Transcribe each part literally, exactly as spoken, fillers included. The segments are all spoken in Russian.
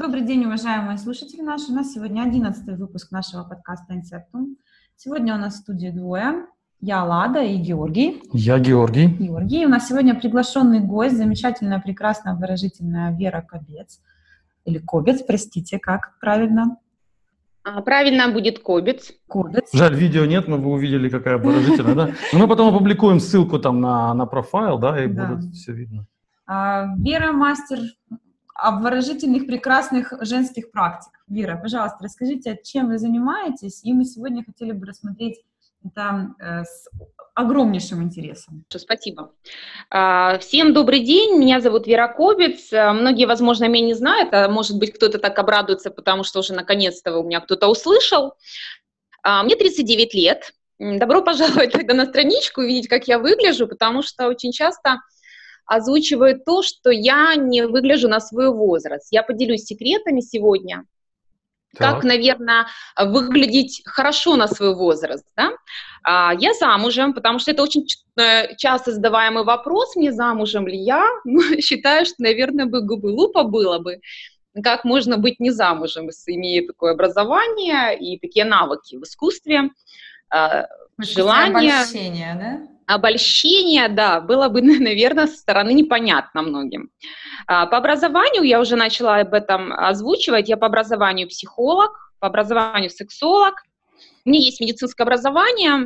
Добрый день, уважаемые слушатели наши. У нас сегодня одиннадцатый выпуск нашего подкаста «Инсептум». Сегодня у нас в студии двое. Я Лада и Георгий. Я Георгий. Георгий. У нас сегодня приглашенный гость, замечательная, прекрасная, обворожительная Вера Кобец. Или Кобец, простите, как правильно? А, правильно будет Кобец. Кобец. Жаль, видео нет, мы бы увидели, какая обворожительная, да? Но мы потом опубликуем ссылку там на, на профайл, да, и Да. будет все видно. А, Вера мастер обворожительных, прекрасных женских практик. Вера, пожалуйста, расскажите, чем вы занимаетесь, и мы сегодня хотели бы рассмотреть это э, с огромнейшим интересом. Спасибо. Всем добрый день, меня зовут Вера Кобец. Многие, возможно, меня не знают, а может быть, кто-то так обрадуется, потому что уже наконец-то у меня кто-то услышал. Мне тридцать девять лет. Добро пожаловать тогда на страничку, увидеть, как я выгляжу, потому что очень часто озвучивают то, что я не выгляжу на свой возраст. Я поделюсь секретами сегодня, так. Как, наверное, выглядеть хорошо на свой возраст. Да? А, я замужем, потому что это очень часто задаваемый вопрос, мне замужем ли я. Ну, считаю, что, наверное, бы глупо было бы, как можно быть не замужем, имея такое образование и такие навыки в искусстве, а, желание... Обольщение, да? Обольщение, да, было бы, наверное, со стороны непонятно многим. По образованию, я уже начала об этом озвучивать, я по образованию психолог, по образованию сексолог, у меня есть медицинское образование,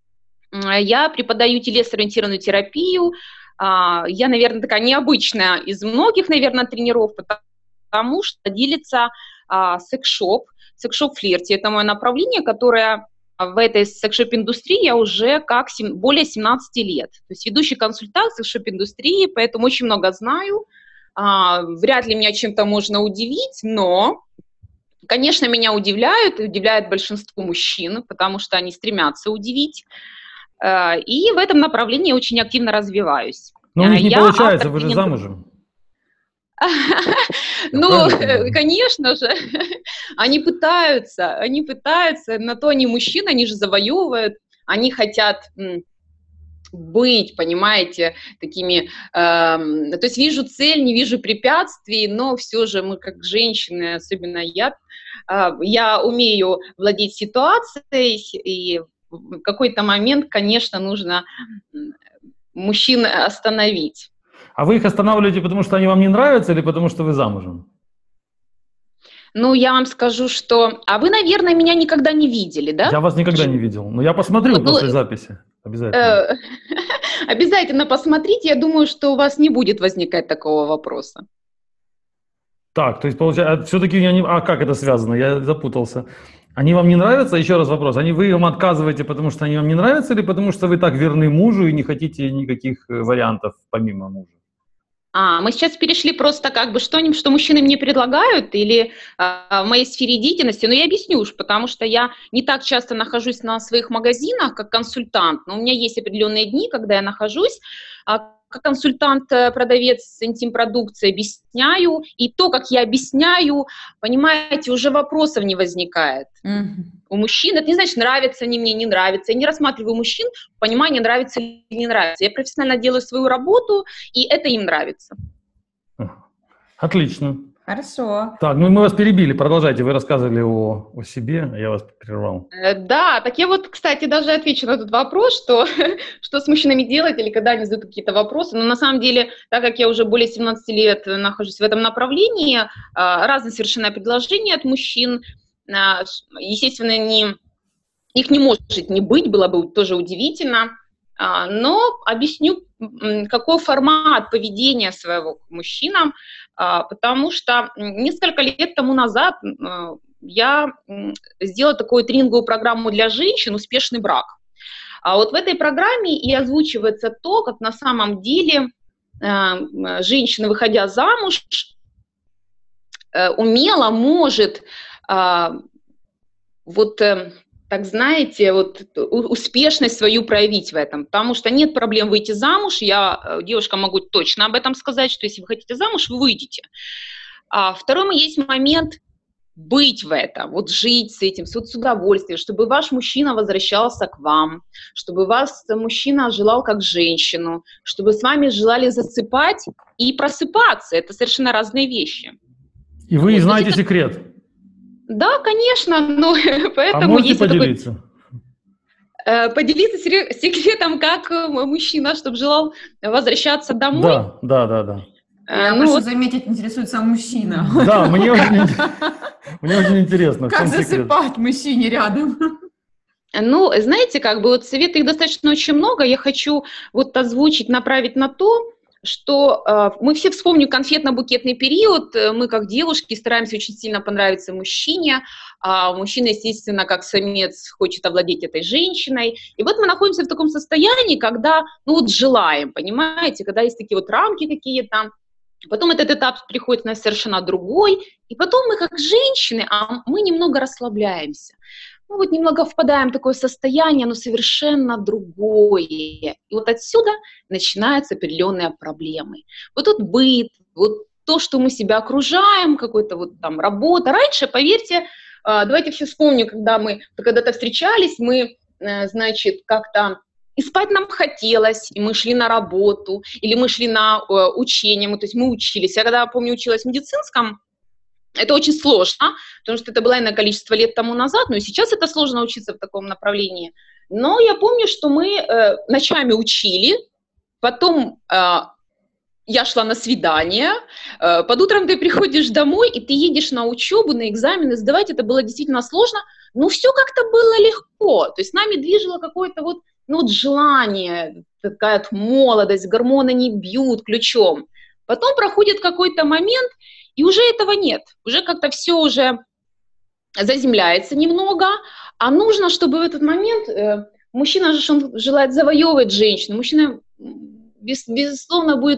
я преподаю телесно-ориентированную терапию, я, наверное, такая необычная из многих, наверное, тренеров, потому что делится секс-шоп, секс-шоп флирте, это мое направление, которое... В этой секс-шоп-индустрии я уже как сем... более семнадцати лет. То есть ведущий консультант в секс-шоп-индустрии, поэтому очень много знаю. А, вряд ли меня чем-то можно удивить, но, конечно, меня удивляют, и удивляет большинство мужчин, потому что они стремятся удивить. А, и в этом направлении я очень активно развиваюсь. Но у них не я получается, вы же замужем. Ну, конечно же, они пытаются, они пытаются, на то они мужчины, они же завоевывают, они хотят быть, понимаете, такими, э, то есть вижу цель, не вижу препятствий, но все же мы как женщины, особенно я, э, я умею владеть ситуацией, и в какой-то момент, конечно, нужно мужчин остановить. А вы их останавливаете, потому что они вам не нравятся или потому что вы замужем? Ну, я вам скажу, что... А вы, наверное, меня никогда не видели, да? Я вас никогда не видел, но я посмотрю ну, после ну, записи. Обязательно. Обязательно посмотрите. Я думаю, что у вас не будет возникать такого вопроса. Так, то есть, получается, все-таки... Я не... А как это связано? Я запутался. Они вам не нравятся? Еще раз вопрос. Они, вы им отказываете, потому что они вам не нравятся, или потому что вы так верны мужу и не хотите никаких вариантов помимо мужа? А, мы сейчас перешли просто как бы что-нибудь, что мужчины мне предлагают или а, в моей сфере деятельности, но я объясню уж, потому что я не так часто нахожусь на своих магазинах как консультант, но у меня есть определенные дни, когда я нахожусь а, как консультант-продавец интим-продукции, объясняю, и то, как я объясняю, понимаете, уже вопросов не возникает. Mm-hmm. У мужчин это не значит, нравится они мне, не нравится. Я не рассматриваю мужчин, понимание, нравится или не нравится. Я профессионально делаю свою работу, и это им нравится. Отлично. Хорошо. Так, ну мы вас перебили, продолжайте, вы рассказывали о, о себе, я вас прервал. Да, так я вот, кстати, даже отвечу на этот вопрос, что, что с мужчинами делать или когда они задают какие-то вопросы. Но на самом деле, так как я уже более семнадцати лет нахожусь в этом направлении, разные совершенно предложения от мужчин, естественно, не, их не может не быть, было бы тоже удивительно, но объясню, какой формат поведения своего к мужчинам, потому что несколько лет тому назад я сделала такую тренинговую программу для женщин «Успешный брак». А вот в этой программе и озвучивается то, как на самом деле женщина, выходя замуж, умело может вот... так знаете, вот успешность свою проявить в этом, потому что нет проблем выйти замуж, я, девушка, могу точно об этом сказать, что если вы хотите замуж, вы выйдете. А второй есть момент быть в этом, вот жить с этим, вот с удовольствием, чтобы ваш мужчина возвращался к вам, чтобы вас мужчина желал как женщину, чтобы с вами желали засыпать и просыпаться, это совершенно разные вещи. И вы Вот, знаете значит, секрет? да, конечно, но А поэтому можете есть вот такой поделиться? э, поделиться секре- секретом, как э, мужчина, чтобы желал возвращаться домой. Да, да, да, да. Э, Я ну прошу вот, заметить, интересуется мужчина. Да, мне очень, ин- мне очень интересно, в Как чем секрет? засыпать мужчине рядом? ну, знаете, как бы вот советов их достаточно очень много. Я хочу вот озвучить, направить на то, что э, мы все вспомним конфетно-букетный период. Э, Мы, как девушки, стараемся очень сильно понравиться мужчине. А мужчина, естественно, как самец, хочет овладеть этой женщиной. И вот мы находимся в таком состоянии, когда, ну вот, желаем, понимаете, когда есть такие вот рамки какие-то. Потом этот этап приходит на совершенно другой. И потом мы, как женщины, а мы немного расслабляемся. Мы вот немного впадаем в такое состояние, но совершенно другое. И вот отсюда начинаются определенные проблемы. Вот тут быт, вот то, что мы себя окружаем, какой-то вот там работа. Раньше, поверьте, давайте все вспомним, когда мы когда-то встречались, мы, значит, как-то и спать нам хотелось, и мы шли на работу, или мы шли на учение, мы, то есть мы учились. Я когда, помню, училась в медицинском, это очень сложно, потому что это было иное количество лет тому назад, но и сейчас это сложно учиться в таком направлении. Но я помню, что мы э, ночами учили, потом э, я шла на свидание, э, под утром ты приходишь домой, и ты едешь на учебу, на экзамены сдавать, это было действительно сложно, но все как-то было легко, то есть нами движило какое-то вот, ну, вот желание, такая вот молодость, гормоны не бьют ключом. Потом проходит какой-то момент, и уже этого нет, уже как-то все уже заземляется немного, а нужно, чтобы в этот момент, э, мужчина же он желает завоевывать женщину, мужчина, без, безусловно, будет,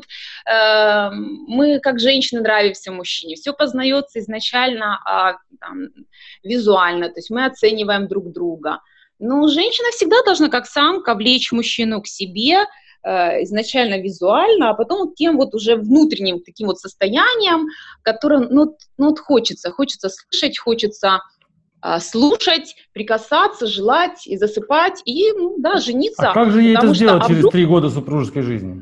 э, мы как женщины нравимся мужчине, все познается изначально а, там, визуально, то есть мы оцениваем друг друга, но женщина всегда должна как самка влечь мужчину к себе, изначально визуально, а потом тем вот уже внутренним таким вот состоянием, которым, ну, ну вот хочется, хочется слышать, хочется а, слушать, прикасаться, желать и засыпать, и, ну, да, жениться. А как же ей это потому что, сделать а через вдруг, три года супружеской жизни?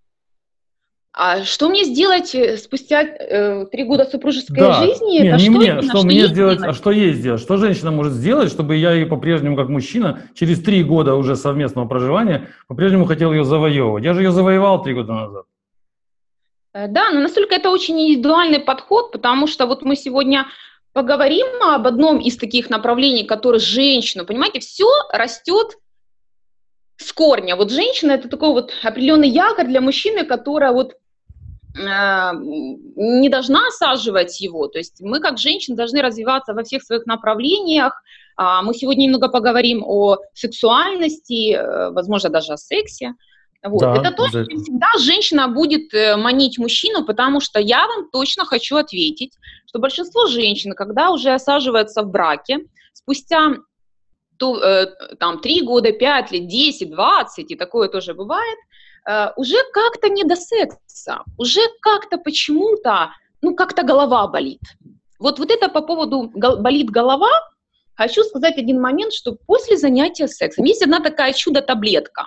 а что мне сделать э, спустя э, три года супружеской Да, жизни? не, Это не что мне, именно, что что мне ей сделать, сделать? а что ей сделать? Что женщина может сделать, чтобы я ее по-прежнему, как мужчина, через три года уже совместного проживания, по-прежнему хотел ее завоевывать? Я же ее завоевал три года назад. Да, но настолько это очень индивидуальный подход, потому что вот мы сегодня поговорим об одном из таких направлений, которое женщину, понимаете, все растет с корня. Вот женщина – это такой вот определенный якорь для мужчины, которая вот э, не должна осаживать его. То есть мы, как женщины, должны развиваться во всех своих направлениях. А мы сегодня немного поговорим о сексуальности, э, возможно, даже о сексе. Вот. Да, Это то, что всегда женщина будет манить мужчину, потому что я вам точно хочу ответить, что большинство женщин, когда уже осаживаются в браке, спустя то, э, там, три года, пять лет, десять, двадцать, и такое тоже бывает, э, уже как-то не до секса, уже как-то почему-то, ну, как-то голова болит. Вот, вот это по поводу гол- болит голова. Хочу сказать один момент, что после занятия сексом есть одна такая чудо-таблетка.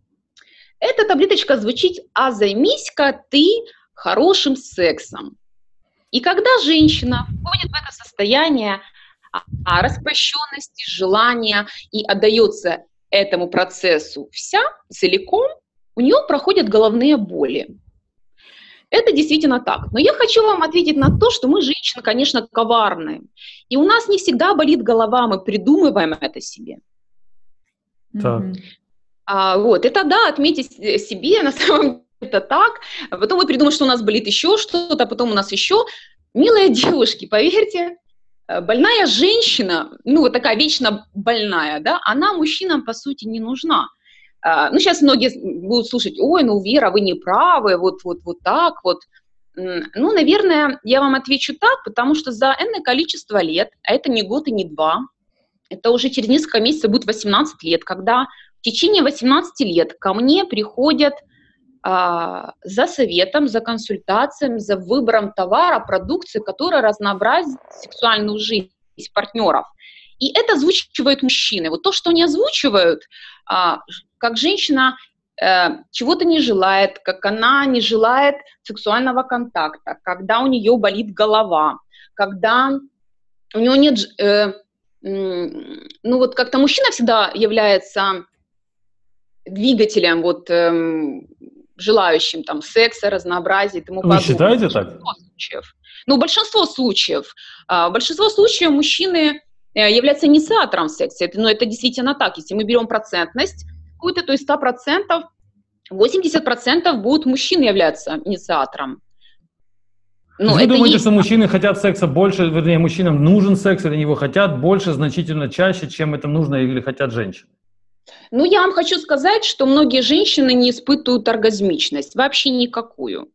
Эта таблеточка звучит: а займись-ка ты хорошим сексом. И когда женщина входит в это состояние раскрепощенности, желания и отдается этому процессу вся, целиком, у нее проходят головные боли. Это действительно так. Но я хочу вам ответить на то, что мы, женщины, конечно, коварные. И у нас не всегда болит голова, мы придумываем это себе. Так. А, вот, это да, отметить себе, на самом деле это так. Потом мы придумаем, что у нас болит еще что-то, потом у нас еще. Милые девушки, поверьте, больная женщина, ну вот такая вечно больная, да, она мужчинам по сути не нужна. А, ну сейчас многие будут слушать: ой, ну Вера, вы не правы, вот, вот, вот так вот. Ну, наверное, я вам отвечу так, потому что за энное количество лет, а это не год и не два, это уже через несколько месяцев будет восемнадцать лет, когда в течение восемнадцати лет ко мне приходят а, за советом, за консультацией, за выбором товара, продукции, которая разнообразит сексуальную жизнь партнеров. И это озвучивают мужчины. Вот то, что они озвучивают, а, как женщина э, чего-то не желает, как она не желает сексуального контакта, когда у нее болит голова, когда у него нет, э, ну вот как-то мужчина всегда является двигателем, вот э, желающим там секса, разнообразия и тому Вы подобное. считаете так? Случаев. Ну, большинство случаев. А, большинство случаев мужчины э, являются инициатором секса. Это, ну, это действительно так. Если мы берем процентность какую-то, то из ста процентов восемьдесят процентов будут мужчины являться инициатором. Ну, вы думаете, есть... что мужчины хотят секса больше, вернее, мужчинам нужен секс, или они его хотят больше, значительно чаще, чем это нужно или хотят женщины? Ну, я вам хочу сказать, что многие женщины не испытывают оргазмичность, вообще никакую.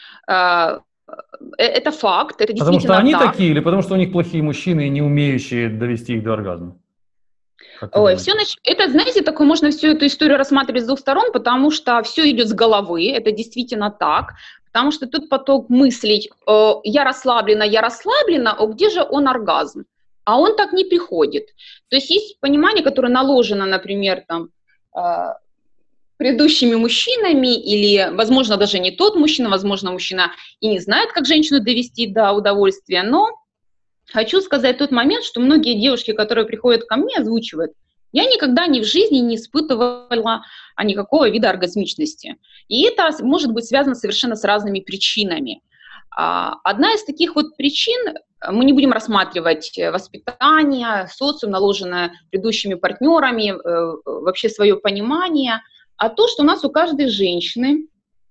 Это факт, это действительно Потому что они так. такие, или потому что у них плохие мужчины, не умеющие довести их до оргазма? Ой, все, это, знаете, такое, можно всю эту историю рассматривать с двух сторон, потому что все идет с головы, это действительно так, потому что тут поток мыслей, э, я расслаблена, я расслаблена, а где же он оргазм? А он так не приходит. То есть есть понимание, которое наложено, например, там, э, предыдущими мужчинами, или, возможно, даже не тот мужчина, возможно, мужчина и не знает, как женщину довести до удовольствия, но хочу сказать тот момент, что многие девушки, которые приходят ко мне, озвучивают, я никогда ни в жизни не испытывала никакого вида оргазмичности. И это может быть связано совершенно с разными причинами. Одна из таких вот причин, мы не будем рассматривать воспитание, социум, наложенное предыдущими партнерами, вообще свое понимание, а то, что у нас у каждой женщины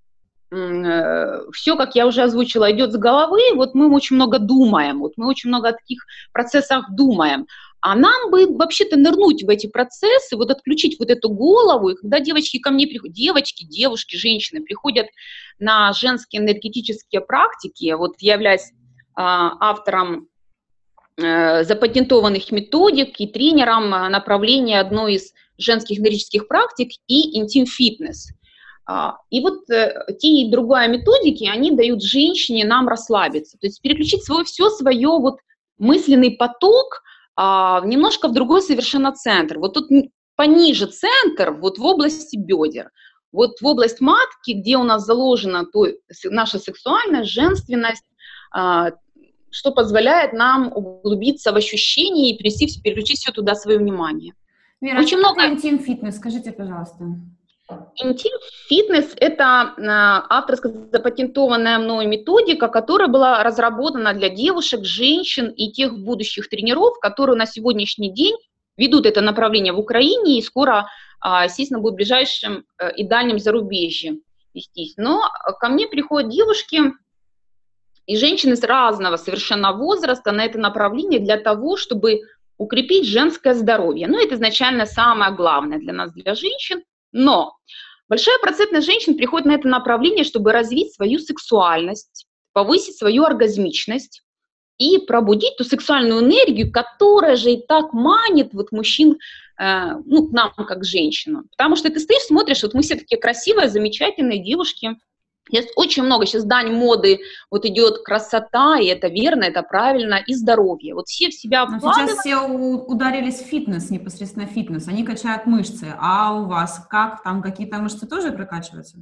все, как я уже озвучила, идет с головы, вот мы очень много думаем, вот мы очень много о таких процессах думаем, а нам бы вообще-то нырнуть в эти процессы, вот отключить вот эту голову, и когда девочки ко мне приходят, девочки, девушки, женщины приходят на женские энергетические практики, вот я являюсь а, автором а, запатентованных методик и тренером направления одной из женских энергетических практик и интим-фитнес. И вот э, те и другая методики, они дают женщине нам расслабиться, то есть переключить свой, все свое вот мысленный поток а, немножко в другой совершенно центр. Вот тут пониже центр, вот в области бедер, вот в область матки, где у нас заложена то, наша сексуальность, женственность, а, что позволяет нам углубиться в ощущения и перевести, переключить все туда свое внимание. Вера, очень много... интим-фитнес, скажите, пожалуйста. Интим-фитнес – это авторская запатентованная мной методика, которая была разработана для девушек, женщин и тех будущих тренеров, которые на сегодняшний день ведут это направление в Украине и скоро, естественно, будет в ближайшем и дальнем зарубежье вестись. Но ко мне приходят девушки и женщины с разного совершенно возраста на это направление для того, чтобы укрепить женское здоровье. Ну, это изначально самое главное для нас, для женщин. Но большая процентность женщин приходит на это направление, чтобы развить свою сексуальность, повысить свою оргазмичность и пробудить ту сексуальную энергию, которая же и так манит вот мужчин, э, ну, к нам, как к женщинам. Потому что ты стоишь, смотришь, вот мы все такие красивые, замечательные девушки. Есть очень много, сейчас дань моды, вот идет красота, и это верно, это правильно, и здоровье. Вот все в себя вкладывают. Сейчас все ударились в фитнес, непосредственно фитнес, они качают мышцы, а у вас как, там какие-то мышцы тоже прокачиваются?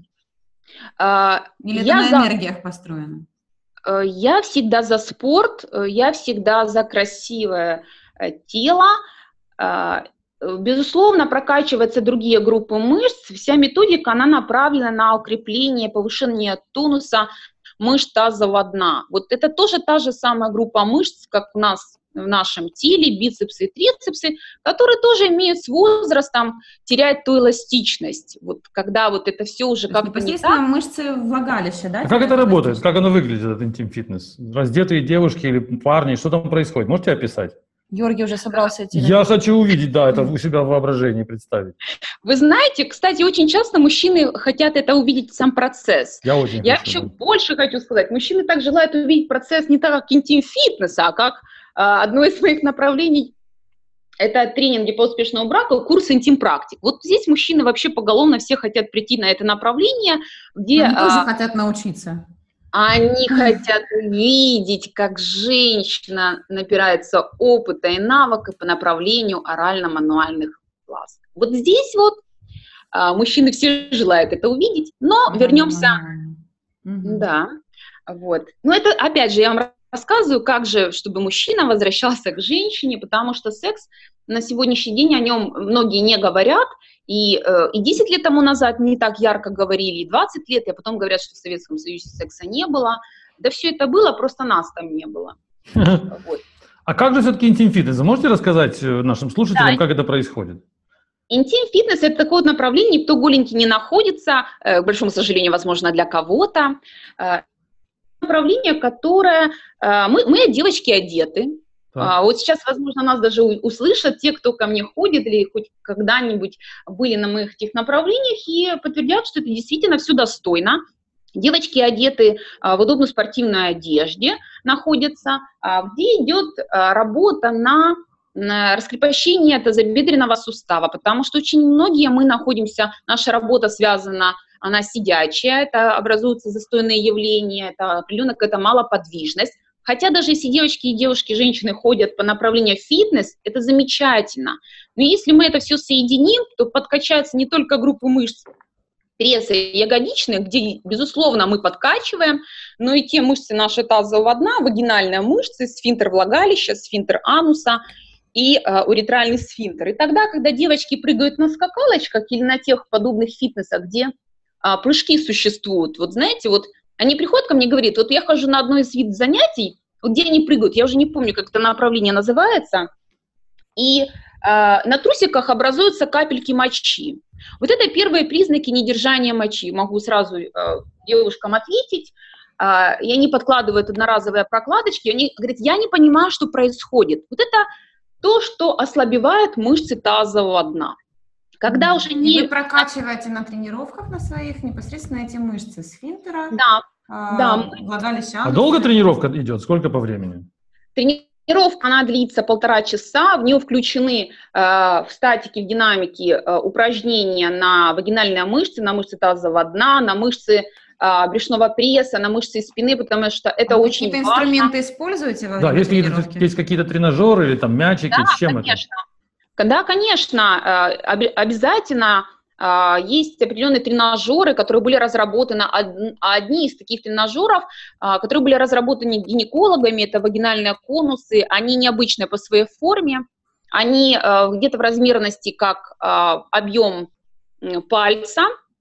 А, Или это на энергиях за... построено? Я всегда за спорт, я всегда за красивое тело. Безусловно, прокачиваются другие группы мышц. Вся методика, она направлена на укрепление, повышение тонуса мышц тазового дна. Вот это тоже та же самая группа мышц, как у нас в нашем теле, бицепсы и трицепсы, которые тоже имеют с возрастом терять ту эластичность. Вот когда вот это все уже как-то непосредственно не так. Мышцы влагалища, да? А как это работает? Как оно выглядит, этот интим-фитнес? Раздетые девушки или парни? Что там происходит? Можете описать? Георгий уже собрался идти. Я хочу увидеть, да, это у себя в воображении представить. Вы знаете, кстати, очень часто мужчины хотят это увидеть сам процесс. Я очень Я хочу. еще да. больше хочу сказать. Мужчины так желают увидеть процесс не так, как интим-фитнеса, а как а, одно из своих направлений. Это тренинги по успешному браку, курс интим-практик. Вот здесь мужчины вообще поголовно все хотят прийти на это направление, где... Они тоже а, хотят научиться. Они хотят увидеть, как женщина набирается опыта и навыков по направлению орально-мануальных ласк. Вот здесь вот а, мужчины все желают это увидеть, но вернемся... Mm-hmm. Да, вот. Но это, опять же, я вам рассказываю, как же, чтобы мужчина возвращался к женщине, потому что секс на сегодняшний день о нем многие не говорят, и, э, и десять лет тому назад не так ярко говорили, и двадцать лет, а потом говорят, что в Советском Союзе секса не было. Да все это было, просто нас там не было. Вот. А как же все-таки интим-фитнес? Вы можете рассказать нашим слушателям, Да. как это происходит? Интим-фитнес – это такое вот направление, кто голенький не находится, э, к большому сожалению, возможно, для кого-то. Э, направление, которое… Э, мы, мы, девочки, одеты. А, вот сейчас, возможно, нас даже услышат те, кто ко мне ходит или хоть когда-нибудь были на моих этих направлениях и подтвердят, что это действительно все достойно. Девочки одеты а, в удобной спортивной одежде, находятся, а, где идет а, работа на, на раскрепощение тазобедренного сустава, потому что очень многие мы находимся, наша работа связана, она сидячая, это образуются застойные явления, это определенно какая-то малоподвижность. Хотя даже если девочки и девушки, женщины ходят по направлению фитнес, это замечательно. Но если мы это все соединим, то подкачается не только группа мышц пресса и ягодичных, где, безусловно, мы подкачиваем, но и те мышцы нашей тазового дна, вагинальные мышцы, сфинктер влагалища, сфинктер ануса и э, уретральный сфинктер. И тогда, когда девочки прыгают на скакалочках или на тех подобных фитнесах, где э, прыжки существуют, вот знаете, вот они приходят ко мне и говорят, вот я хожу на одно из видов занятий, вот где они прыгают, я уже не помню, как это направление называется, и э, на трусиках образуются капельки мочи. Вот это первые признаки недержания мочи. Могу сразу э, девушкам ответить. Э, и они подкладывают одноразовые прокладочки, и они говорят, я не понимаю, что происходит. Вот это то, что ослабевает мышцы тазового дна. Когда уже не… И вы прокачиваете на тренировках на своих непосредственно эти мышцы сфинктера, да, а, да. влагалища. А долго тренировка идет? Сколько по времени? Тренировка, она длится полтора часа, в нее включены э, в статике, в динамике э, упражнения на вагинальные мышцы, на мышцы тазового дна, на мышцы э, брюшного пресса, на мышцы спины, потому что это а очень какие-то важно. инструменты используете во Да, время если тренировки? есть какие-то тренажеры или там мячики, Да, с чем конечно. Да, конечно, обязательно есть определенные тренажеры, которые были разработаны, одни из таких тренажеров, которые были разработаны гинекологами, это вагинальные конусы, они необычные по своей форме, они где-то в размерности как объем пальца.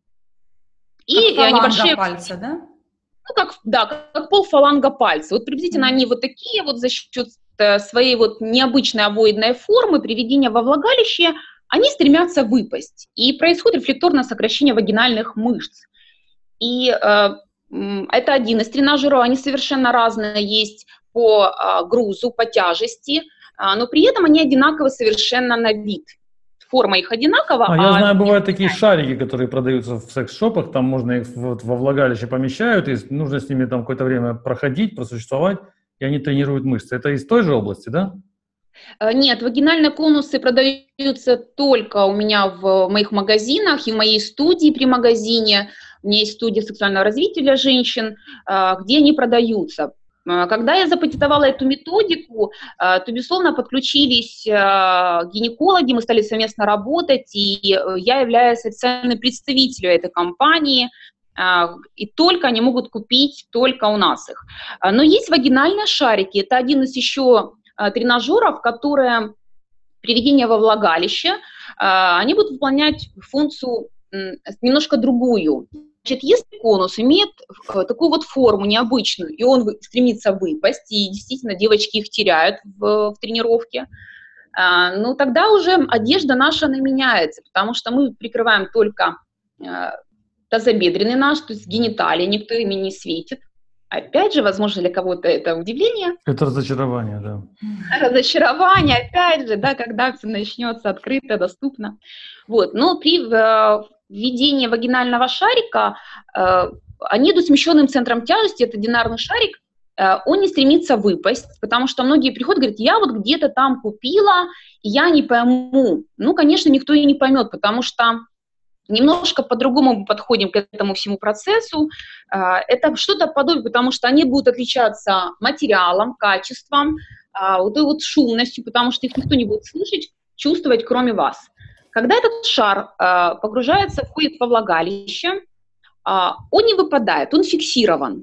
И как небольшие пальца, да? Ну, как, да, как полфаланга пальца. Вот приблизительно mm-hmm. они вот такие вот за счет своей вот необычной овоидной формы, приведения во влагалище, они стремятся выпасть. И происходит рефлекторное сокращение вагинальных мышц. И э, это один из тренажеров, они совершенно разные есть по э, грузу, по тяжести, э, но при этом они одинаковы совершенно на вид. Форма их одинакова. А, я а знаю, бывают такие шарики, которые продаются в секс-шопах, там можно их вот во влагалище помещают, и нужно с ними там какое-то время проходить, просуществовать, и они тренируют мышцы. Это из той же области, да? Нет, вагинальные конусы продаются только у меня в моих магазинах и в моей студии при магазине. У меня есть студия сексуального развития для женщин, где они продаются. Когда я запатентовала эту методику, то, безусловно, подключились гинекологи, мы стали совместно работать, и я являюсь официальным представителем этой компании, и только они могут купить только у нас их. Но есть вагинальные шарики, это один из еще тренажеров, которые приведение во влагалище, они будут выполнять функцию немножко другую. Значит, если конус имеет такую вот форму необычную, и он стремится выпасть, и действительно девочки их теряют в, в тренировке, ну тогда уже одежда наша, она меняется, потому что мы прикрываем только тазобедренный наш, то есть гениталии, никто ими не светит. Опять же, возможно, для кого-то это удивление. Это разочарование, да. Разочарование, опять же, да, когда все начнется открыто, доступно. Вот. Но при введении вагинального шарика э, они идут смещенным центром тяжести, это динарный шарик, э, он не стремится выпасть, потому что многие приходят и говорят, я вот где-то там купила, и я не пойму. Ну, конечно, никто и не поймет, потому что немножко по-другому мы подходим к этому всему процессу. Это что-то подобное, потому что они будут отличаться материалом, качеством, вот этой вот шумностью, потому что их никто не будет слышать, чувствовать, кроме вас. Когда этот шар погружается, входит во влагалище, он не выпадает, он фиксирован.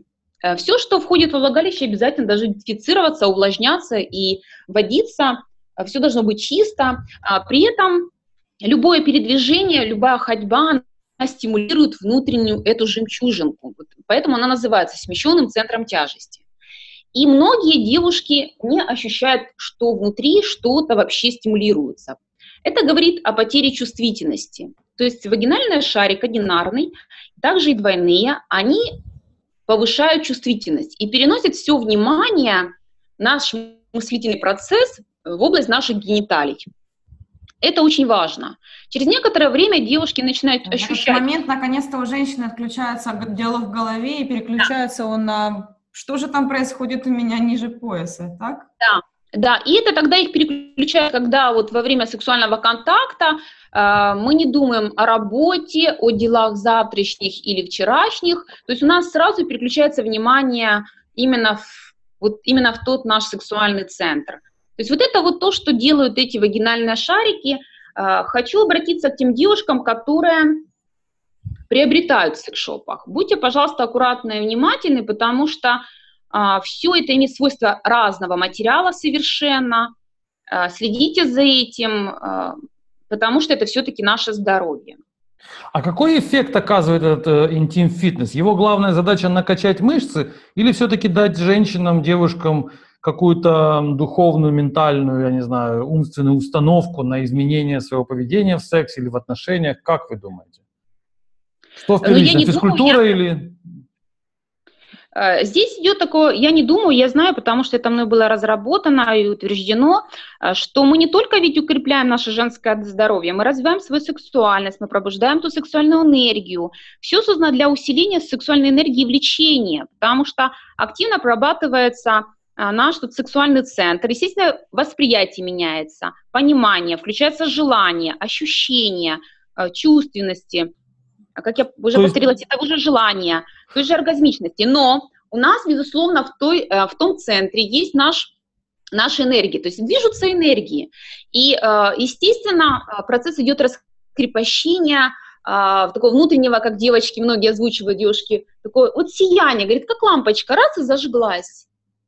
Все, что входит во влагалище, обязательно должно дезинфицироваться, увлажняться и водиться. Все должно быть чисто. При этом любое передвижение, любая ходьба, она стимулирует внутреннюю эту жемчужинку. Поэтому она называется смещенным центром тяжести. И многие девушки не ощущают, что внутри что-то вообще стимулируется. Это говорит о потере чувствительности. То есть вагинальный шарик одинарный, также и двойные, они повышают чувствительность и переносят все внимание, наш мыслительный процесс в область наших гениталий. Это очень важно. Через некоторое время девушки начинают в ощущать... В этот момент, наконец-то, у женщины отключается диалог в голове и переключается да. он на что же там происходит у меня ниже пояса, так? Да. Да, и это тогда их переключает, когда вот во время сексуального контакта э, мы не думаем о работе, о делах завтрашних или вчерашних, то есть у нас сразу переключается внимание именно в, вот именно в тот наш сексуальный центр. То есть вот это вот то, что делают эти вагинальные шарики. Э, хочу обратиться к тем девушкам, которые приобретают в секс-шопах. Будьте, пожалуйста, аккуратны и внимательны, потому что все это имеет свойства разного материала совершенно. Следите за этим, потому что это все-таки наше здоровье. А какой эффект оказывает этот интим-фитнес? Его главная задача накачать мышцы или все-таки дать женщинам, девушкам какую-то духовную, ментальную, я не знаю, умственную установку на изменение своего поведения в сексе или в отношениях? Как вы думаете? Что впервые, физкультура я... или... Здесь идет такое, я не думаю, я знаю, потому что это мной было разработано и утверждено, что мы не только ведь укрепляем наше женское здоровье, мы развиваем свою сексуальность, мы пробуждаем ту сексуальную энергию. Все создано для усиления сексуальной энергии и влечения, потому что активно прорабатывается наш тут сексуальный центр. Естественно, восприятие меняется, понимание, включается желание, ощущение, чувственности. Как я уже то повторила, есть... того же желания, той же оргазмичности. Но у нас, безусловно, в, той, в том центре есть наш, наши энергии, то есть движутся энергии. И, естественно, процесс идет раскрепощения, такого внутреннего, как девочки, многие озвучивают девушки, такое вот сияние, говорит, как лампочка, раз и зажглась.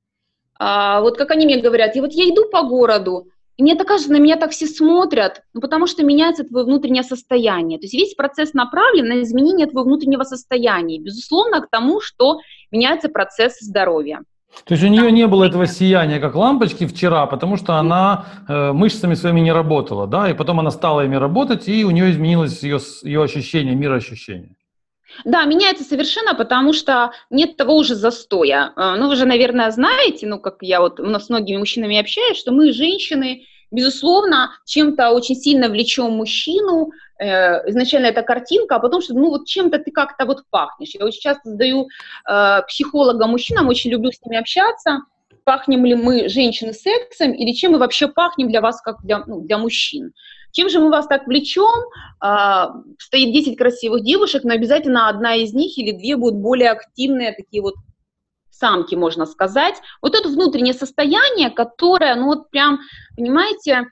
Вот как они мне говорят, и вот я иду по городу, и мне так кажется, на меня так все смотрят, ну, потому что меняется твое внутреннее состояние. То есть весь процесс направлен на изменение твоего внутреннего состояния, безусловно, к тому, что меняется процесс здоровья. То есть у нее не было этого сияния, как лампочки вчера, потому что она э, мышцами своими не работала, да, и потом она стала ими работать, и у нее изменилось ее, ее ощущение, мироощущение. Да, меняется совершенно, потому что нет того уже застоя. Ну, вы же, наверное, знаете, ну, как я вот с многими мужчинами общаюсь, что мы, женщины, безусловно, чем-то очень сильно влечем мужчину. Э, изначально это картинка, а потом, что, ну, вот чем-то ты как-то вот пахнешь. Я очень часто задаю э, психологам мужчинам, очень люблю с ними общаться, пахнем ли мы, женщины, сексом, или чем мы вообще пахнем для вас, как для, ну, для мужчин. Чем же мы вас так влечем? А, стоит десять красивых девушек, но обязательно одна из них или две будут более активные, такие вот самки, можно сказать. Вот это внутреннее состояние, которое, ну вот прям, понимаете,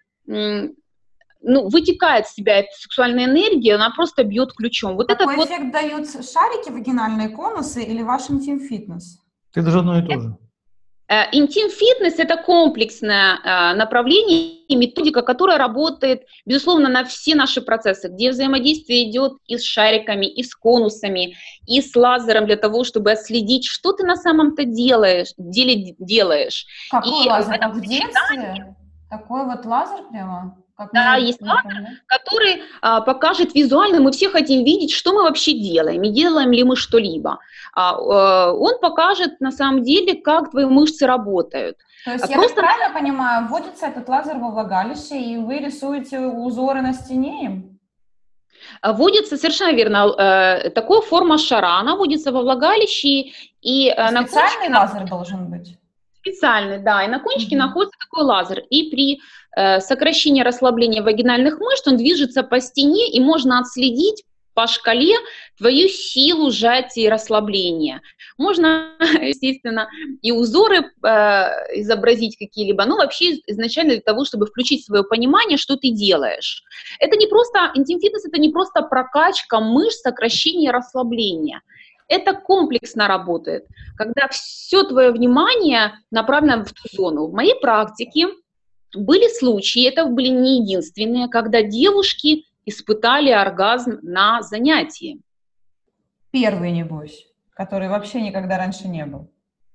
ну, вытекает из себя эта сексуальная энергия, она просто бьет ключом. Вот Какой этот эффект вот... дают шарики, вагинальные конусы или ваш интим-фитнес? Это же одно и то же. Интим-фитнес – это комплексное э, направление и методика, которая работает, безусловно, на все наши процессы, где взаимодействие идет и с шариками, и с конусами, и с лазером для того, чтобы отследить, что ты на самом-то делаешь. Деле, делаешь. Какой и лазер? Как в детстве? Такой вот лазер прямо? Как да, есть лазер, который а, покажет визуально, мы все хотим видеть, что мы вообще делаем, и делаем ли мы что-либо. А, а, он покажет на самом деле, как твои мышцы работают. То есть, а я просто... так правильно понимаю, вводится этот лазер во влагалище, и вы рисуете узоры на стене им? Вводится, совершенно верно, э, такая форма шара, она вводится во влагалище. И, э, специальный на кончике лазер на... должен быть? Специальный, да, и на кончике Mm-hmm. находится такой лазер. И при э, сокращении расслабления вагинальных мышц он движется по стене, и можно отследить по шкале твою силу сжатия и расслабления. Можно, естественно, и узоры э, изобразить какие-либо, но вообще изначально для того, чтобы включить свое понимание, что ты делаешь. Это не просто, интим-фитнес — это не просто прокачка мышц, сокращение, расслабление. это комплексно работает, когда все твое внимание направлено в ту зону. В моей практике были случаи, это были не единственные, когда девушки испытали оргазм на занятии. Первый, небось, который вообще никогда раньше не был.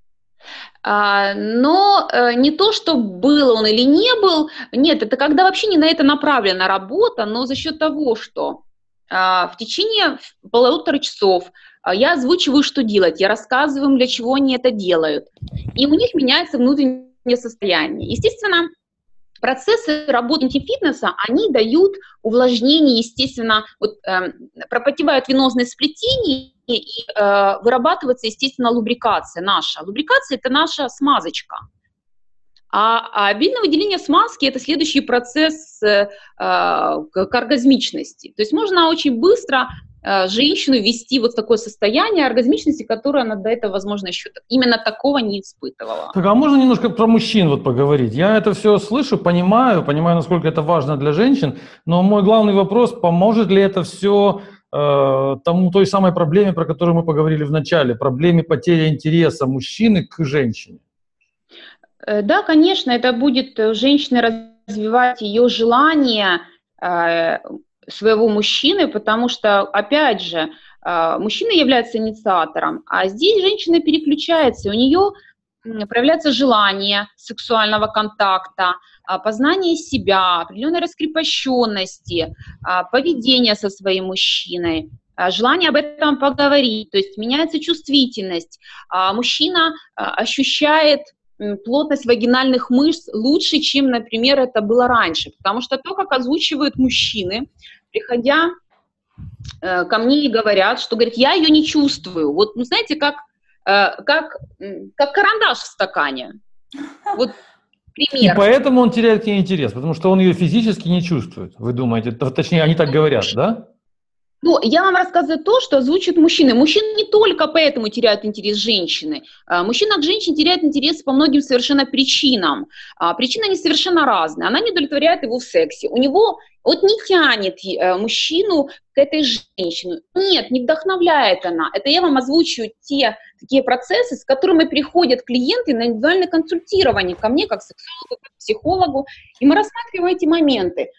А, но э, не то, что был он или не был, нет, это когда вообще не на это направлена работа, но за счет того, что а, в течение полутора часов а, я озвучиваю, что делать, я рассказываю им, для чего они это делают, и у них меняется внутреннее состояние. Естественно, процессы работы интим-фитнеса, они дают увлажнение, естественно, вот, э, пропотевают венозные сплетения, и э, вырабатывается, естественно, лубрикация наша. Лубрикация – это наша смазочка. А, а обильное выделение смазки – это следующий процесс э, к, к оргазмичности. То есть можно очень быстро э, женщину ввести вот в такое состояние оргазмичности, которое она до этого, возможно, еще именно такого не испытывала. Так, а можно немножко про мужчин вот поговорить? Я это все слышу, понимаю, понимаю, насколько это важно для женщин, но мой главный вопрос, поможет ли это все э, тому, той самой проблеме, про которую мы поговорили в начале, проблеме потери интереса мужчины к женщине? Да, конечно, это будет у женщины развивать ее желание э, своего мужчины, потому что, опять же, э, мужчина является инициатором, а здесь женщина переключается, у нее проявляется желание сексуального контакта, э, познание себя, определенной раскрепощенности, э, поведение со своим мужчиной. Желание об этом поговорить, то есть меняется чувствительность, а мужчина ощущает плотность вагинальных мышц лучше, чем, например, это было раньше. Потому что то, как озвучивают мужчины, приходя э, ко мне и говорят, что, говорят, я ее не чувствую. Вот, ну, знаете, как, э, как, как карандаш в стакане. Вот пример. И поэтому он теряет к ней интерес, потому что он ее физически не чувствует. Вы думаете? Точнее, они так говорят, да? Ну, я вам рассказываю то, что озвучивают мужчины. Мужчины не только поэтому теряют интерес женщины. Мужчина к женщине теряет интерес по многим совершенно причинам. Причины они совершенно разные. Она не удовлетворяет его в сексе. У него вот не тянет мужчину к этой женщине. Нет, не вдохновляет она. Это я вам озвучиваю те такие процессы, с которыми приходят клиенты на индивидуальное консультирование ко мне, как сексологу, как психологу. И мы рассматриваем эти моменты.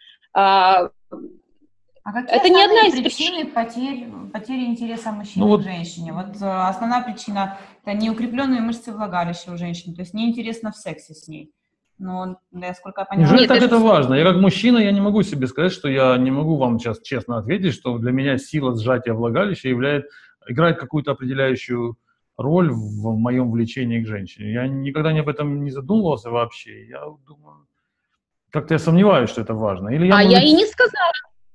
А какие это не одна из причины потерь, потери интереса мужчины ну, к женщине? Вот основная причина – это неукрепленные мышцы влагалища у женщины, то есть неинтересно в сексе с ней. Но, насколько я понимаю… Неужели так это важно? Я как мужчина, я не могу себе сказать, что я не могу вам сейчас честно ответить, что для меня сила сжатия влагалища являет, играет какую-то определяющую роль в моем влечении к женщине. Я никогда об этом не задумывался вообще. Я думаю, как-то я сомневаюсь, что это важно. Или я а могу... я и не сказала.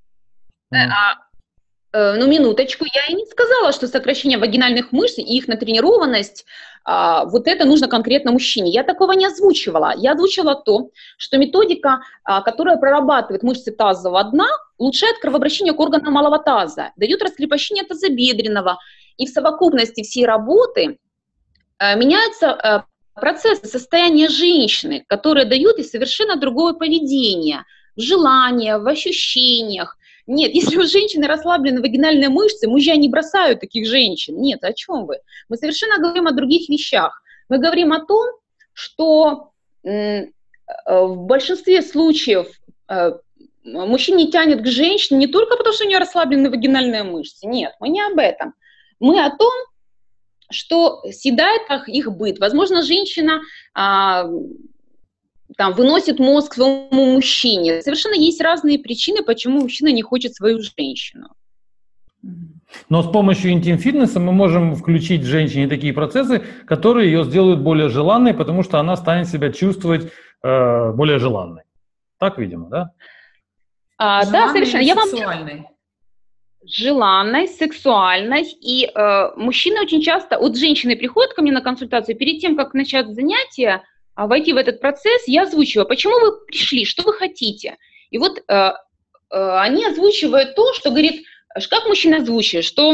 А, э, ну, минуточку, я и не сказала, что сокращение вагинальных мышц и их натренированность, а, вот это нужно конкретно мужчине. Я такого не озвучивала. Я озвучила то, что методика, а, которая прорабатывает мышцы тазового дна, улучшает кровообращение к органам малого таза, дает раскрепощение тазобедренного. И в совокупности всей работы а, меняются а, процессы состояния женщины, которые дают ей совершенно другое поведение, в желаниях, в ощущениях. Нет, если у женщины расслаблены вагинальные мышцы, мужья не бросают таких женщин. Нет, о чем вы? Мы совершенно говорим о других вещах. Мы говорим о том, что э, в большинстве случаев э, мужчине тянет к женщине не только потому, что у нее расслаблены вагинальные мышцы. Нет, мы не об этом. Мы о том, что съедает их быт. Возможно, женщина... Э, там, выносит мозг своему мужчине. Совершенно есть разные причины, почему мужчина не хочет свою женщину. Но с помощью интим-фитнеса мы можем включить в женщине такие процессы, которые ее сделают более желанной, потому что она станет себя чувствовать э, более желанной. Так, видимо, да? А, да, совершенно. Я вам... Желанной, сексуальной. И э, мужчины очень часто, вот женщины приходят ко мне на консультацию, перед тем, как начать занятия, войти в этот процесс, я озвучиваю, почему вы пришли, что вы хотите. И вот э, э, они озвучивают то, что говорит, как мужчина озвучивает, что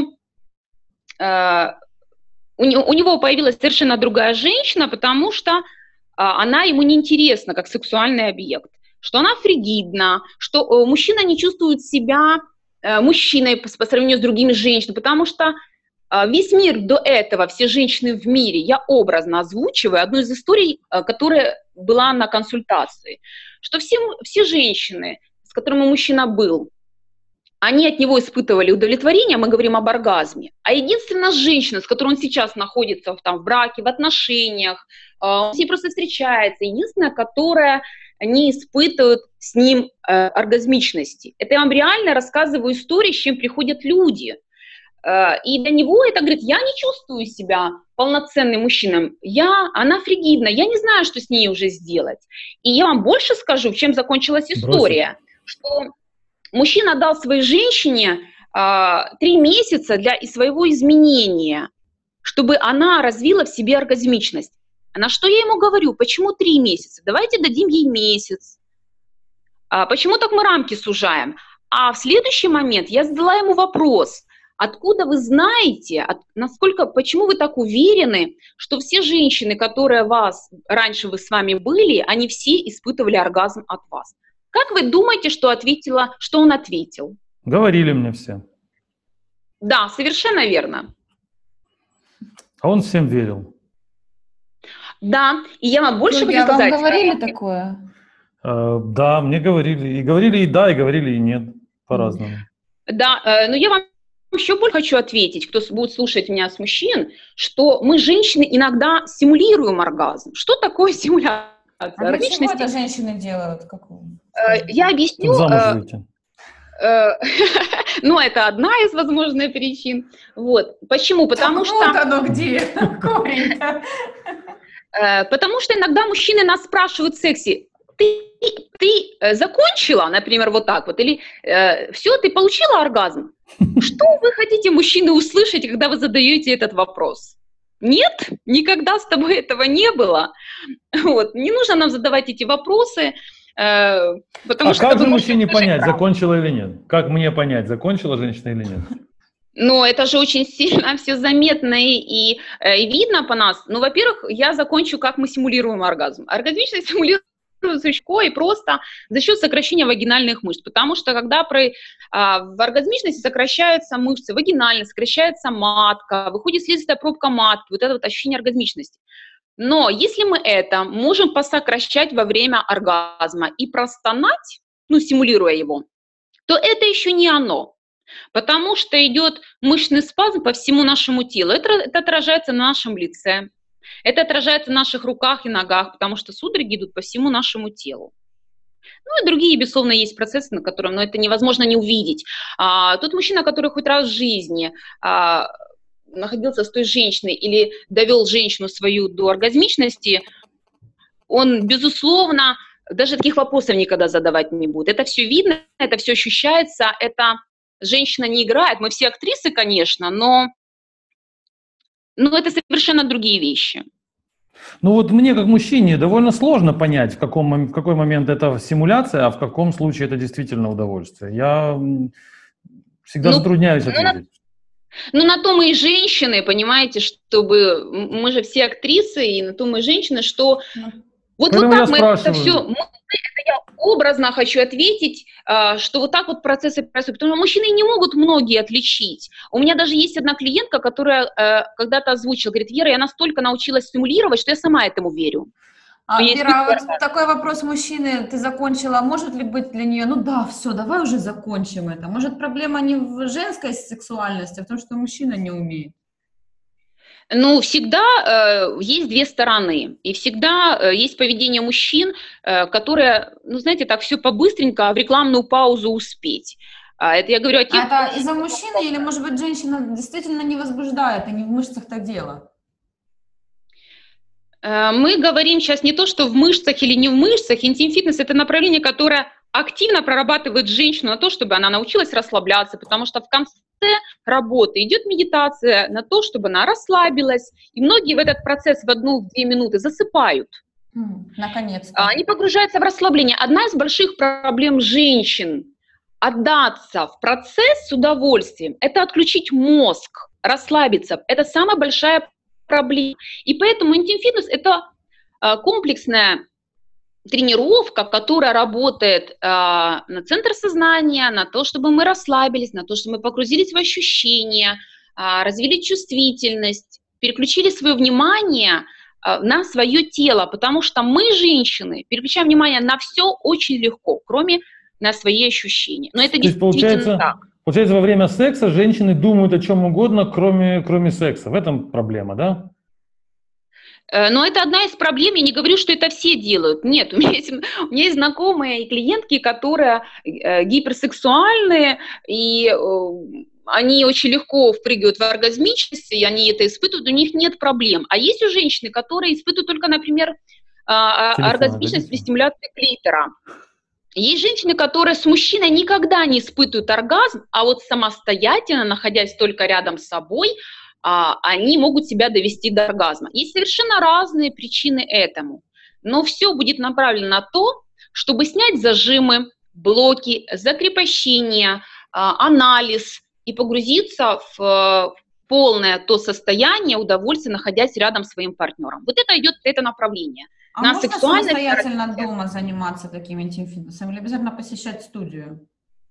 э, у, не, у него появилась совершенно другая женщина, потому что э, она ему неинтересна как сексуальный объект, что она фригидна, что э, мужчина не чувствует себя э, мужчиной по, по сравнению с другими женщинами, потому что весь мир до этого, все женщины в мире, я образно озвучиваю одну из историй, которая была на консультации, что все, все женщины, с которыми мужчина был, они от него испытывали удовлетворение, мы говорим об оргазме. А единственная женщина, с которой он сейчас находится там, в браке, в отношениях, он с ней просто встречается, единственная, которая не испытывает с ним э, оргазмичности. Это я вам реально рассказываю истории, с чем приходят люди. Э, и для него это говорит, я не чувствую себя полноценным мужчиной, я, она фригидна, я не знаю, что с ней уже сделать. И я вам больше скажу, чем закончилась история, Бросить. Что мужчина дал своей женщине а, три месяца для и своего изменения, чтобы она развила в себе оргазмичность. А на что я ему говорю? Почему три месяца? Давайте дадим ей месяц. А, почему так мы рамки сужаем? А в следующий момент я задала ему вопрос. Откуда вы знаете, от, насколько, почему вы так уверены, что все женщины, которые вас, раньше вы с вами были, они все испытывали оргазм от вас? Как вы думаете, что ответила, что он ответил? Говорили мне все. Да, совершенно верно. А он всем верил. Да, и я вам больше Ольга, хочу сказать. Вам говорили такое? Э, да, мне говорили. И говорили и да, и говорили и нет. По-разному. Да, э, но я вам еще больше хочу ответить, кто будет слушать меня с мужчин, что мы, женщины, иногда симулируем оргазм. Что такое симуляция? А для чего это женщины делают? Как... Я объясню. Замуж выйти. Ну, это одна из возможных причин. Вот. Почему? Потому так что... Вот оно где, корень-то. Потому что иногда мужчины нас спрашивают в сексе, ты, ты закончила, например, вот так вот, или э, все, ты получила оргазм? Что вы хотите, мужчины, услышать, когда вы задаете этот вопрос? Нет, никогда с тобой этого не было. Вот. Не нужно нам задавать эти вопросы. Э, потому а что как же мужчине понять, правду. Закончила или нет? Как мне понять, закончила женщина или нет? Но это же очень сильно все заметно и, и видно по нас. Ну, во-первых, я закончу, как мы симулируем оргазм. Оргазмичность симулируется легко и просто за счет сокращения вагинальных мышц. Потому что когда при, а, в оргазмичности сокращаются мышцы вагинально, сокращается матка, выходит слизистая пробка матки, вот это вот ощущение оргазмичности. Но если мы это можем посокращать во время оргазма и простонать, ну, симулируя его, то это еще не оно. Потому что идет мышечный спазм по всему нашему телу. Это, это отражается на нашем лице, это отражается на наших руках и ногах, потому что судороги идут по всему нашему телу. Ну и другие, безусловно, есть процессы, на которых, но это невозможно не увидеть. А, тот мужчина, который хоть раз в жизни а, находился с той женщиной или довел женщину свою до оргазмичности, он, безусловно, даже таких вопросов никогда задавать не будет. Это все видно, это все ощущается, это... Женщина не играет, мы все актрисы, конечно, но, но это совершенно другие вещи. Ну вот мне, как мужчине, довольно сложно понять, в, каком, в какой момент это симуляция, а в каком случае это действительно удовольствие. Я всегда ну, затрудняюсь ответить. Ну, на то мы и женщины, понимаете, чтобы... Мы же все актрисы, и на то мы и женщины, что... Вот, вот так мы это все... Это я образно хочу ответить, что вот так вот процессы происходят. Потому что мужчины не могут многие отличить. У меня даже есть одна клиентка, которая когда-то озвучила, говорит, Вера, я настолько научилась симулировать, что я сама этому верю. А, Вера, а вот такой вопрос мужчины, ты закончила, может ли быть для нее, ну да, все, давай уже закончим это. Может, проблема не в женской сексуальности, а в том, что мужчина не умеет? Ну, всегда э, есть две стороны, и всегда э, есть поведение мужчин, э, которое, ну, знаете, так все побыстренько в рекламную паузу успеть. А это я говорю о тех... А это из-за мужчины или, может быть, женщина действительно не возбуждает, и не в мышцах-то дело? Э, мы говорим сейчас не то, что в мышцах или не в мышцах. Интим-фитнес – это направление, которое активно прорабатывает женщину на то, чтобы она научилась расслабляться, потому что в конце работы идет медитация на то, чтобы она расслабилась, и многие в этот процесс в одну-две минуты засыпают. Наконец-то. Они погружаются в расслабление. Одна из больших проблем женщин – отдаться в процесс с удовольствием, это отключить мозг, расслабиться. Это самая большая проблема. И поэтому интим-фитнес – это комплексная тренировка, которая работает э, на центр сознания, на то, чтобы мы расслабились, на то, чтобы мы погрузились в ощущения, развили чувствительность, переключили свое внимание на свое тело, потому что мы, женщины, переключаем внимание на все очень легко, кроме на свои ощущения. Но это То есть, действительно получается, так. Получается, во время секса женщины думают о чем угодно, кроме, кроме секса. В этом проблема, да? Но это одна из проблем, я не говорю, что это все делают. Нет, у меня есть, у меня есть знакомые и клиентки, которые гиперсексуальные, и они очень легко впрыгивают в оргазмичность, и они это испытывают, у них нет проблем. А есть у женщины, которые испытывают только, например, Телефон, оргазмичность при стимуляции клитора. Есть женщины, которые с мужчиной никогда не испытывают оргазм, а вот самостоятельно, находясь только рядом с собой, они могут себя довести до оргазма. Есть совершенно разные причины этому. Но все будет направлено на то, чтобы снять зажимы, блоки, закрепощения, анализ и погрузиться в полное то состояние удовольствия, находясь рядом с своим партнером. Вот это идет это направление. А на можно самостоятельно дома заниматься таким интим-фитнесом или обязательно посещать студию?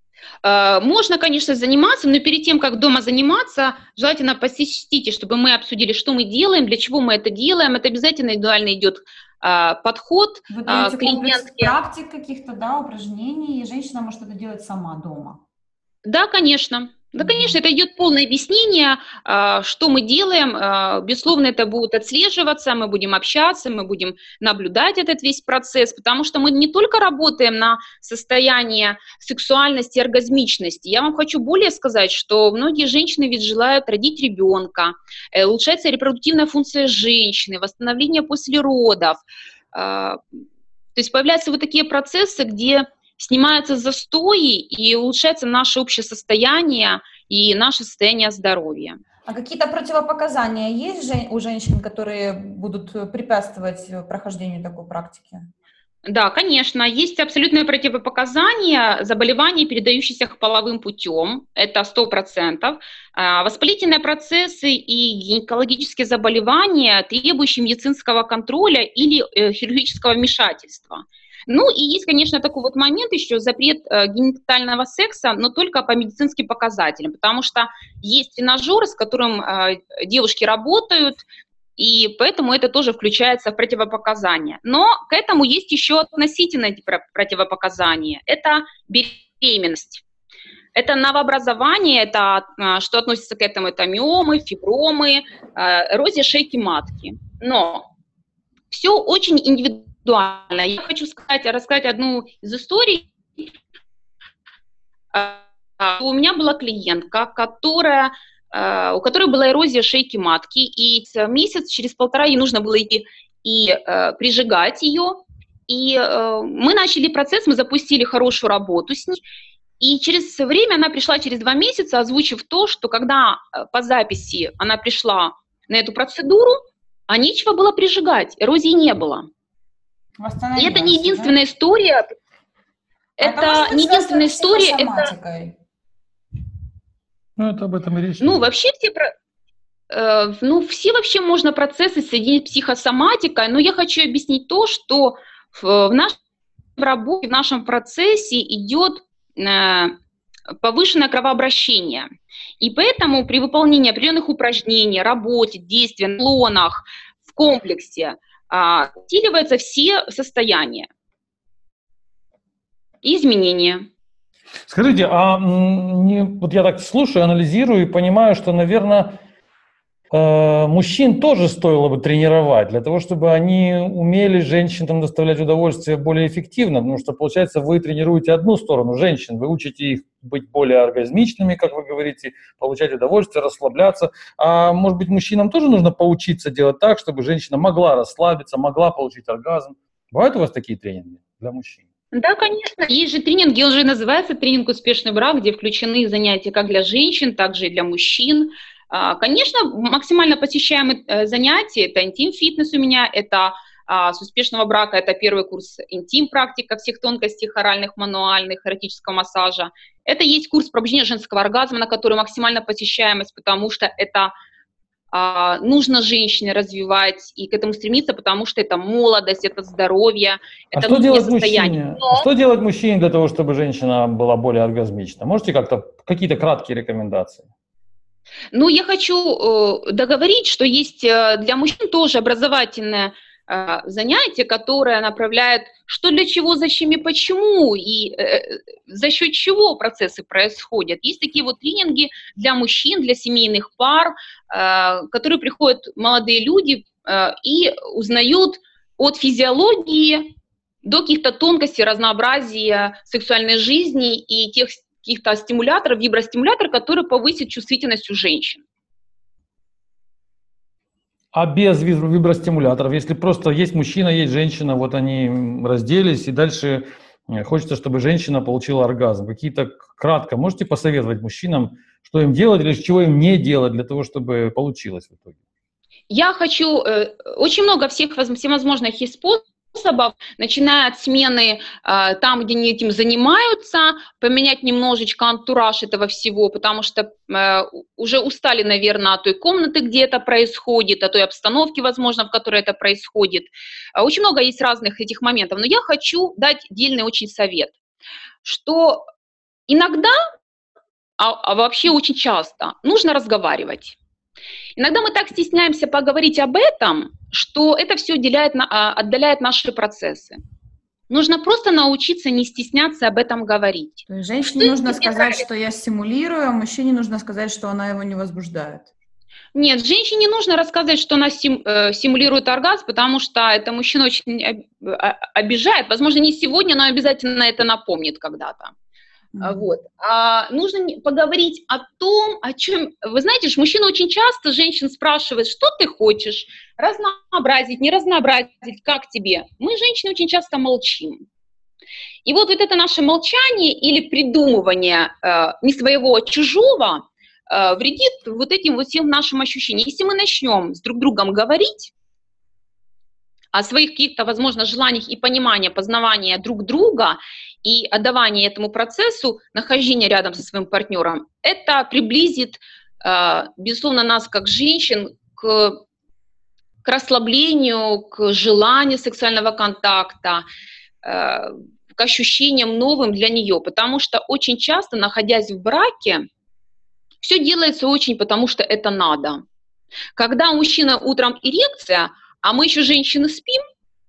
Можно, конечно, заниматься, но перед тем, как дома заниматься, желательно посетите, чтобы мы обсудили, что мы делаем, для чего мы это делаем. Это обязательно индивидуально идет а, подход. Вы даете комплекс практик каких-то, да, упражнений, и женщина может это делать сама дома? Да, конечно. Да, конечно, это идет полное объяснение, что мы делаем. Безусловно, это будет отслеживаться, мы будем общаться, мы будем наблюдать этот весь процесс, потому что мы не только работаем на состояние сексуальности, оргазмичности. Я вам хочу более сказать, что многие женщины ведь желают родить ребенка, улучшается репродуктивная функция женщины, восстановление после родов. То есть появляются вот такие процессы, где снимаются застои и улучшается наше общее состояние и наше состояние здоровья. А какие-то противопоказания есть у женщин, которые будут препятствовать прохождению такой практики? Да, конечно, есть абсолютное противопоказание заболеваний, передающихся половым путем, это сто процентов. Воспалительные процессы и гинекологические заболевания, требующие медицинского контроля или хирургического вмешательства. Ну и есть, конечно, такой вот момент еще, запрет э, генитального секса, но только по медицинским показателям, потому что есть тренажер, с которым э, девушки работают, и поэтому это тоже включается в противопоказания. Но к этому есть еще относительное противопоказание, это беременность. Это новообразование, это, что относится к этому, это миомы, фибромы, э, эрозия шейки матки. Но все очень индивидуально. Я хочу сказать, рассказать одну из историй. У меня была клиентка, которая, у которой была эрозия шейки матки, и месяц, через полтора ей нужно было идти и прижигать ее. И мы начали процесс, мы запустили хорошую работу с ней. И через время она пришла, через два месяца, озвучив то, что когда по записи она пришла на эту процедуру, а нечего было прижигать, эрозии не было. И это не единственная, да? История. А это, это не единственная история. Это... Ну, это об этом и речь. Ну, вообще все, э, ну, все вообще можно процессы соединить с психосоматикой, но я хочу объяснить то, что в, в нашей работе, в нашем процессе идет э, повышенное кровообращение. И поэтому при выполнении определенных упражнений, работе, действий, наклонах в комплексе усиливаются все состояния и изменения. Скажите, а не, вот я так слушаю, анализирую и понимаю, что, наверное, э, мужчин тоже стоило бы тренировать для того, чтобы они умели женщинам доставлять удовольствие более эффективно, потому что, получается, вы тренируете одну сторону женщин, вы учите их быть более оргазмичными, как вы говорите, получать удовольствие, расслабляться. А может быть, мужчинам тоже нужно поучиться делать так, чтобы женщина могла расслабиться, могла получить оргазм? Бывают у вас такие тренинги для мужчин? Да, конечно. Есть же тренинги, он же называется тренинг «Успешный брак», где включены занятия как для женщин, так же и для мужчин. Конечно, максимально посещаемые занятия – это интим-фитнес у меня, это с успешного брака, это первый курс интим-практика всех тонкостей хоральных, мануальных, эротического массажа. Это есть курс пробуждения женского оргазма, на который максимальная посещаемость, потому что это а, нужно женщине развивать и к этому стремиться, потому что это молодость, это здоровье, а это что делать состояние. Мужчине? Но... Что делать мужчине для того, чтобы женщина была более оргазмична? Можете как-то какие-то краткие рекомендации? Ну, я хочу э, договорить, что есть э, для мужчин тоже образовательное э, занятие, которое направляет, что для чего, зачем и почему, и э, за счет чего процессы происходят. Есть такие вот тренинги для мужчин, для семейных пар, э, которые приходят молодые люди э, и узнают от физиологии до каких-то тонкостей, разнообразия сексуальной жизни и тех каких-то стимуляторов, вибростимуляторов, которые повысят чувствительность у женщин. А без вибростимуляторов, если просто есть мужчина, есть женщина, вот они разделись, и дальше хочется, чтобы женщина получила оргазм. Какие-то кратко можете посоветовать мужчинам, что им делать или чего им не делать для того, чтобы получилось в итоге? Я хочу, э, очень много всех всевозможных есть способов, начиная от смены э, там, где они этим занимаются, поменять немножечко антураж этого всего, потому что э, уже устали, наверное, от той комнаты, где это происходит, от той обстановки, возможно, в которой это происходит. Очень много есть разных этих моментов, но я хочу дать дельный очень совет, что иногда, а, а вообще очень часто, нужно разговаривать. Иногда мы так стесняемся поговорить об этом, что это все отделяет, отдаляет наши процессы. Нужно просто научиться не стесняться об этом говорить. То есть женщине что нужно сказать, нравится? Что я стимулирую, а мужчине нужно сказать, что она его не возбуждает. Нет, женщине не нужно рассказывать, что она сим, э, симулирует оргазм, потому что это мужчина очень обижает. Возможно, не сегодня, но обязательно это напомнит когда-то. Mm-hmm. Вот. А нужно поговорить о том, о чем... Вы знаете, мужчина очень часто женщин спрашивает, что ты хочешь, разнообразить, не разнообразить, как тебе. Мы, женщины, очень часто молчим. И вот, вот это наше молчание или придумывание э, не своего, а чужого э, вредит вот этим вот всем нашим ощущениям. Если мы начнем с друг другом говорить о своих каких-то, возможно, желаниях и понимании, познавания друг друга и отдавания этому процессу, нахождения рядом со своим партнером, это приблизит, э, безусловно, нас как женщин к, к расслаблению, к желанию сексуального контакта, э, к ощущениям новым для нее, потому что очень часто, находясь в браке, все делается очень потому, что это надо. Когда у мужчины утром эрекция, а мы еще, женщины, спим,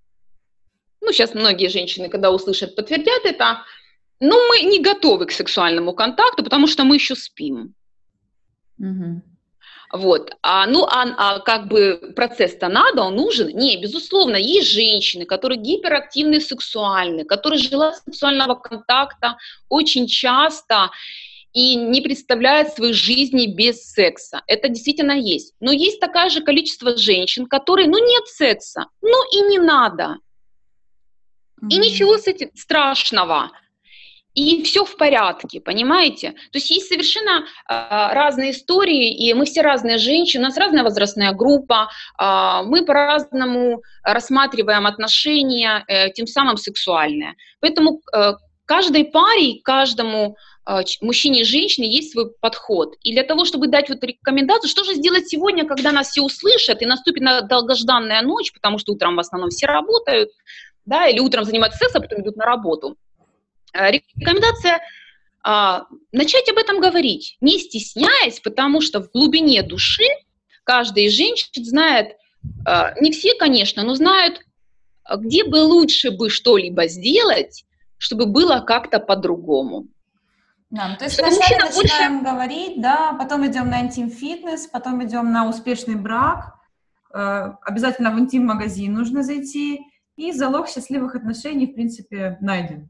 ну, сейчас многие женщины, когда услышат, подтвердят это, но мы не готовы к сексуальному контакту, потому что мы еще спим. Mm-hmm. Вот. А, ну, а, а как бы процесс-то надо, он нужен? Не, безусловно, есть женщины, которые гиперактивны сексуальны, которые желают сексуального контакта очень часто и не представляют своей жизни без секса. Это действительно есть. Но есть такое же количество женщин, которые, ну, нет секса, ну, и не надо. Mm-hmm. И ничего с этим страшного. И все в порядке, понимаете? То есть есть совершенно э, разные истории, и мы все разные женщины, у нас разная возрастная группа, э, мы по-разному рассматриваем отношения, э, тем самым сексуальные. Поэтому э, каждой паре, каждому э, мужчине и женщине есть свой подход. И для того, чтобы дать вот рекомендацию, что же сделать сегодня, когда нас все услышат, и наступит долгожданная ночь, потому что утром в основном все работают, да, или утром занимаются сексом, а потом идут на работу. Рекомендация а, начать об этом говорить, не стесняясь, потому что в глубине души каждая из женщин знает, а, не все, конечно, но знают, где бы лучше бы что-либо сделать, чтобы было как-то по-другому. Да, то есть вначале начинаем больше... говорить, да, потом идем на интим-фитнес, потом идем на успешный брак, э, обязательно в интим-магазин нужно зайти, и залог счастливых отношений, в принципе, найден.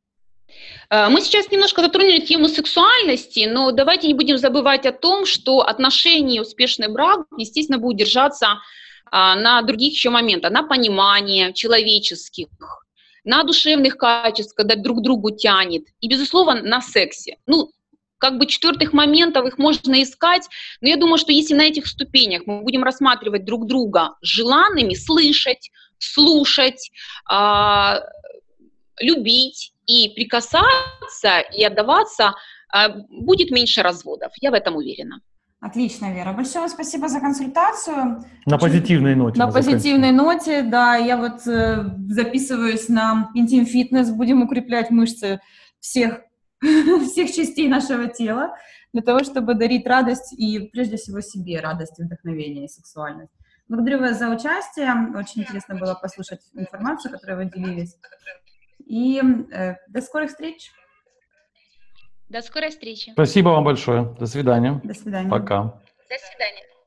Мы сейчас немножко затронули тему сексуальности, но давайте не будем забывать о том, что отношения и успешный брак, естественно, будут держаться а, на других еще моментах, на понимании человеческих, на душевных качествах, когда друг другу тянет, и, безусловно, на сексе. Ну, как бы четвертых моментов их можно искать, но я думаю, что если на этих ступенях мы будем рассматривать друг друга желанными, слышать, слушать, а, любить, и прикасаться, и отдаваться, будет меньше разводов. Я в этом уверена. Отлично, Вера. Большое вам спасибо за консультацию. На Очень... позитивной ноте. На позитивной ноте, да. Я вот э, записываюсь на интим-фитнес. Будем укреплять мышцы всех, всех частей нашего тела. для того, чтобы дарить радость и, прежде всего, себе радость, вдохновение и сексуальность. Благодарю вас за участие. Очень интересно было послушать информацию, которой вы делились. И э, до скорых встреч. До скорой встречи. Спасибо вам большое. До свидания. До свидания. Пока. До свидания.